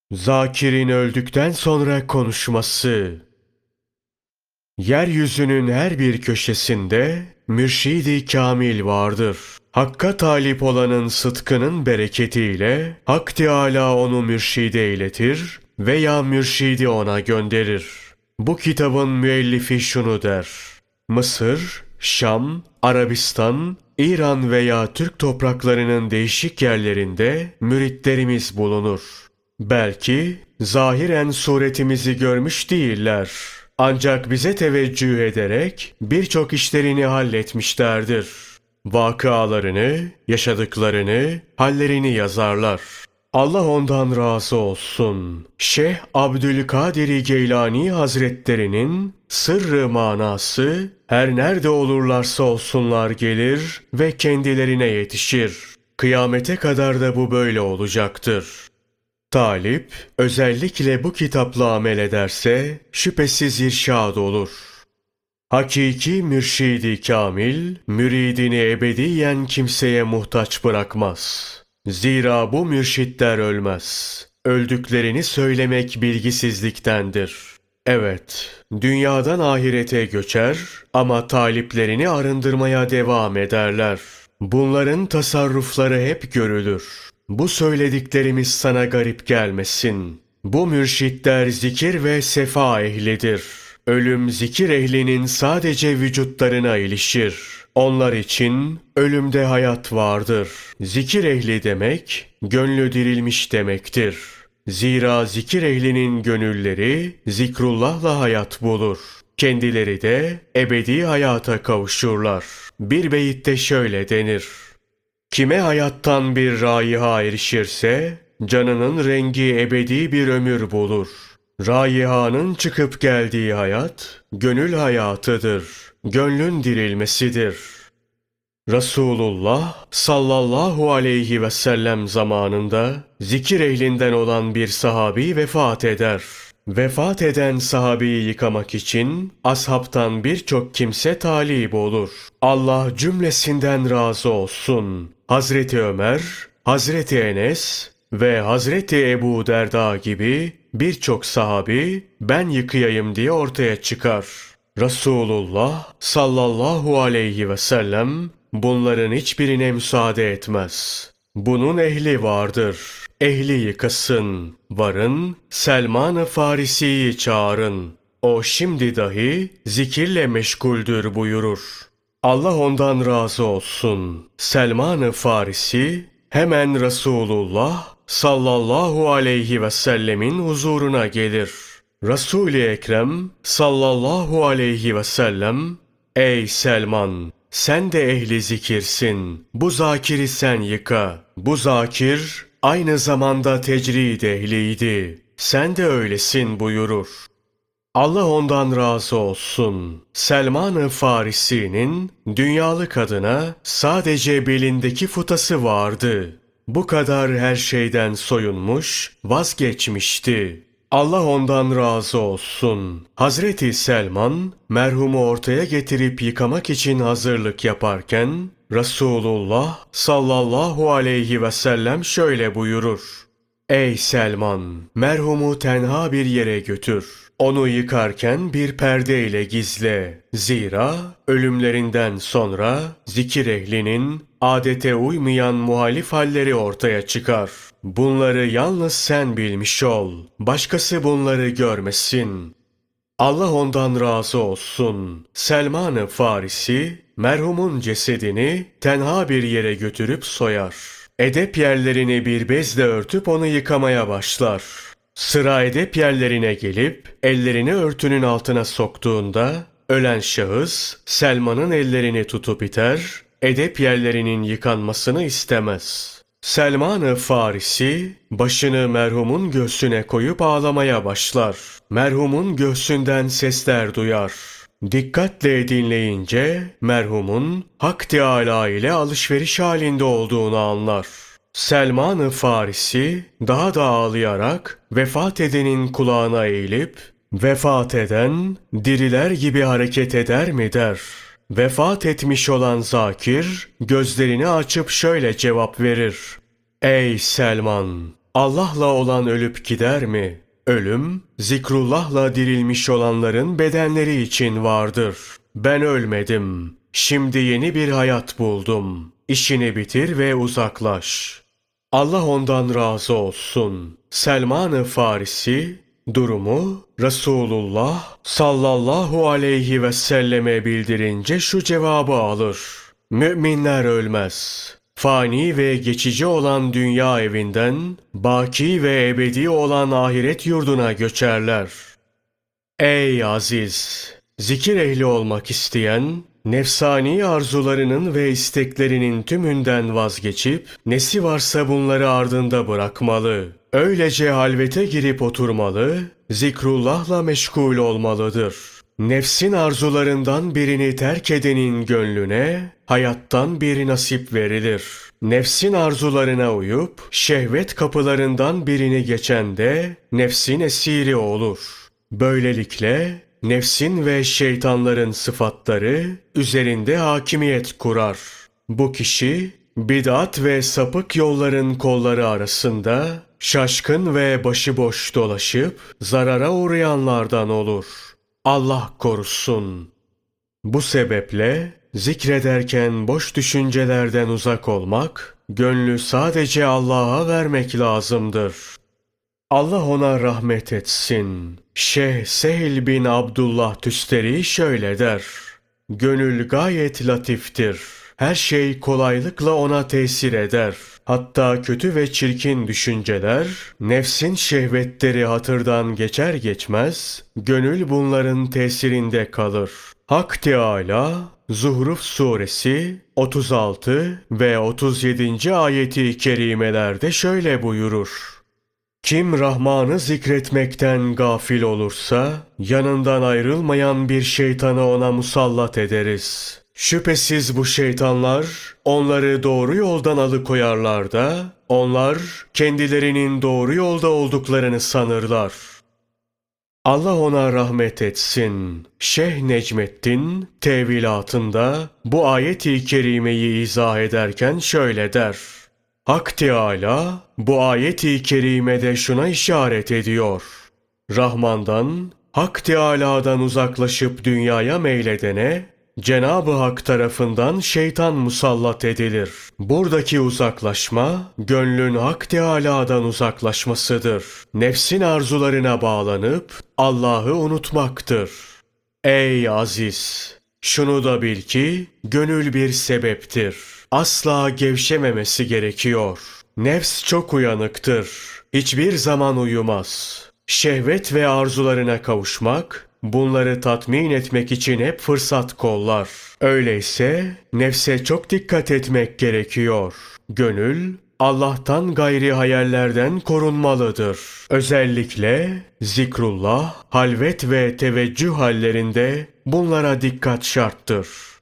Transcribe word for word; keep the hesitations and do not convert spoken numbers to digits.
Zakir'in öldükten sonra konuşması. Yeryüzünün her bir köşesinde mürşidi kamil vardır. Hakka talip olanın sıdkının bereketiyle Hak Teâlâ onu mürşide eyletir veya mürşidi ona gönderir. Bu kitabın müellifi şunu der: Mısır, Şam, Arabistan, İran veya Türk topraklarının değişik yerlerinde müritlerimiz bulunur. Belki zahiren suretimizi görmüş değiller. Ancak bize teveccüh ederek birçok işlerini halletmişlerdir. Vakıalarını, yaşadıklarını, hallerini yazarlar. Allah ondan razı olsun. Şeyh Abdülkadir Geylani Hazretlerinin sırrı manası her nerede olurlarsa olsunlar gelir ve kendilerine yetişir. Kıyamete kadar da bu böyle olacaktır. Talip özellikle bu kitapla amel ederse şüphesiz irşad olur. Hakiki mürşidi kamil, müridini ebediyen kimseye muhtaç bırakmaz. Zira bu mürşitler ölmez. Öldüklerini söylemek bilgisizliktendir. Evet, dünyadan ahirete göçer ama taliplerini arındırmaya devam ederler. Bunların tasarrufları hep görülür. Bu söylediklerimiz sana garip gelmesin. Bu mürşitler zikir ve sefa ehlidir. Ölüm zikir ehlinin sadece vücutlarına ilişir. Onlar için ölümde hayat vardır. Zikir ehli demek, gönlü dirilmiş demektir. Zira zikir ehlinin gönülleri zikrullahla hayat bulur. Kendileri de ebedi hayata kavuşurlar. Bir beyitte şöyle denir: Kime hayattan bir raiha erişirse, canının rengi ebedi bir ömür bulur. Raihanın çıkıp geldiği hayat, gönül hayatıdır. Gönlün dirilmesidir. Resulullah sallallahu aleyhi ve sellem zamanında zikir ehlinden olan bir sahabi vefat eder. Vefat eden sahabeyi yıkamak için ashabtan birçok kimse talip olur. Allah cümlesinden razı olsun. Hazreti Ömer, Hazreti Enes ve Hazreti Ebu Derda gibi birçok sahabi ben yıkayayım diye ortaya çıkar. Resulullah sallallahu aleyhi ve sellem bunların hiçbirine müsaade etmez. Bunun ehli vardır. Ehli yıkasın. Varın, Selman-ı Farisi'yi çağırın. O şimdi dahi zikirle meşguldür buyurur. Allah ondan razı olsun. Selman-ı Farisi hemen Resulullah sallallahu aleyhi ve sellemin huzuruna gelir. Resul-i Ekrem sallallahu aleyhi ve sellem, ey Selman, sen de ehli zikirsin. Bu zakiri sen yıka. Bu zakir aynı zamanda tecrid ehliydi. Sen de öylesin buyurur. Allah ondan razı olsun. Selman-ı Farisi'nin dünyalık adına sadece belindeki futası vardı. Bu kadar her şeyden soyunmuş, vazgeçmişti. Allah ondan razı olsun. Hazreti Selman, merhumu ortaya getirip yıkamak için hazırlık yaparken, Resulullah sallallahu aleyhi ve sellem şöyle buyurur: Ey Selman, merhumu tenha bir yere götür. Onu yıkarken bir perde ile gizle. Zira ölümlerinden sonra zikir ehlinin adete uymayan muhalif halleri ortaya çıkar. Bunları yalnız sen bilmiş ol. Başkası bunları görmesin. Allah ondan razı olsun. Selman-ı Farisi merhumun cesedini tenha bir yere götürüp soyar. Edep yerlerini bir bezle örtüp onu yıkamaya başlar. Sıra edep yerlerine gelip ellerini örtünün altına soktuğunda ölen şahıs Selman'ın ellerini tutup iter, edep yerlerinin yıkanmasını istemez. Selman-ı Farisi başını merhumun göğsüne koyup ağlamaya başlar. Merhumun göğsünden sesler duyar. Dikkatle dinleyince merhumun Hak Teâlâ ile alışveriş halinde olduğunu anlar. Selman-ı Farisi daha da ağlayarak vefat edenin kulağına eğilip vefat eden diriler gibi hareket eder mi der. Vefat etmiş olan zakir gözlerini açıp şöyle cevap verir: Ey Selman! Allah'la olan ölüp gider mi? Ölüm, zikrullah'la dirilmiş olanların bedenleri için vardır. Ben ölmedim. Şimdi yeni bir hayat buldum. İşini bitir ve uzaklaş. Allah ondan razı olsun. Selman-ı Farisi, durumu Resulullah sallallahu aleyhi ve selleme bildirince şu cevabı alır. Müminler ölmez. Fani ve geçici olan dünya evinden, baki ve ebedi olan ahiret yurduna göçerler. Ey aziz! Zikir ehli olmak isteyen, nefsani arzularının ve isteklerinin tümünden vazgeçip, nesi varsa bunları ardında bırakmalı. Öylece halvete girip oturmalı, zikrullahla meşgul olmalıdır. Nefsin arzularından birini terk edenin gönlüne, hayattan bir nasip verilir. Nefsin arzularına uyup, şehvet kapılarından birini geçen de, nefsin esiri olur. Böylelikle, nefsin ve şeytanların sıfatları üzerinde hakimiyet kurar. Bu kişi bid'at ve sapık yolların kolları arasında şaşkın ve başıboş dolaşıp zarara uğrayanlardan olur. Allah korusun. Bu sebeple zikrederken boş düşüncelerden uzak olmak, gönlü sadece Allah'a vermek lazımdır. Allah ona rahmet etsin. Şeyh Sehl bin Abdullah Tüsteri şöyle der. Gönül gayet latiftir. Her şey kolaylıkla ona tesir eder. Hatta kötü ve çirkin düşünceler, nefsin şehvetleri hatırdan geçer geçmez, gönül bunların tesirinde kalır. Hak Teâlâ, Zuhruf Suresi otuz altı ve otuz yedinci ayeti kerimelerde şöyle buyurur. Kim Rahman'ı zikretmekten gafil olursa, yanından ayrılmayan bir şeytanı ona musallat ederiz. Şüphesiz bu şeytanlar, onları doğru yoldan alıkoyarlar da, onlar kendilerinin doğru yolda olduklarını sanırlar. Allah ona rahmet etsin. Şeyh Necmettin, tevilatında bu ayet-i kerimeyi izah ederken şöyle der. Hak Teâlâ bu ayet-i kerimede şuna işaret ediyor. Rahman'dan, Hak Teâlâ'dan uzaklaşıp dünyaya meyledene, Cenab-ı Hak tarafından şeytan musallat edilir. Buradaki uzaklaşma, gönlün Hak Teâlâ'dan uzaklaşmasıdır. Nefsin arzularına bağlanıp Allah'ı unutmaktır. Ey aziz! Şunu da bil ki, gönül bir sebeptir. Asla gevşememesi gerekiyor. Nefs çok uyanıktır. Hiçbir zaman uyumaz. Şehvet ve arzularına kavuşmak, bunları tatmin etmek için hep fırsat kollar. Öyleyse nefse çok dikkat etmek gerekiyor. Gönül, Allah'tan gayri hayallerden korunmalıdır. Özellikle zikrullah, halvet ve teveccüh hallerinde bunlara dikkat şarttır.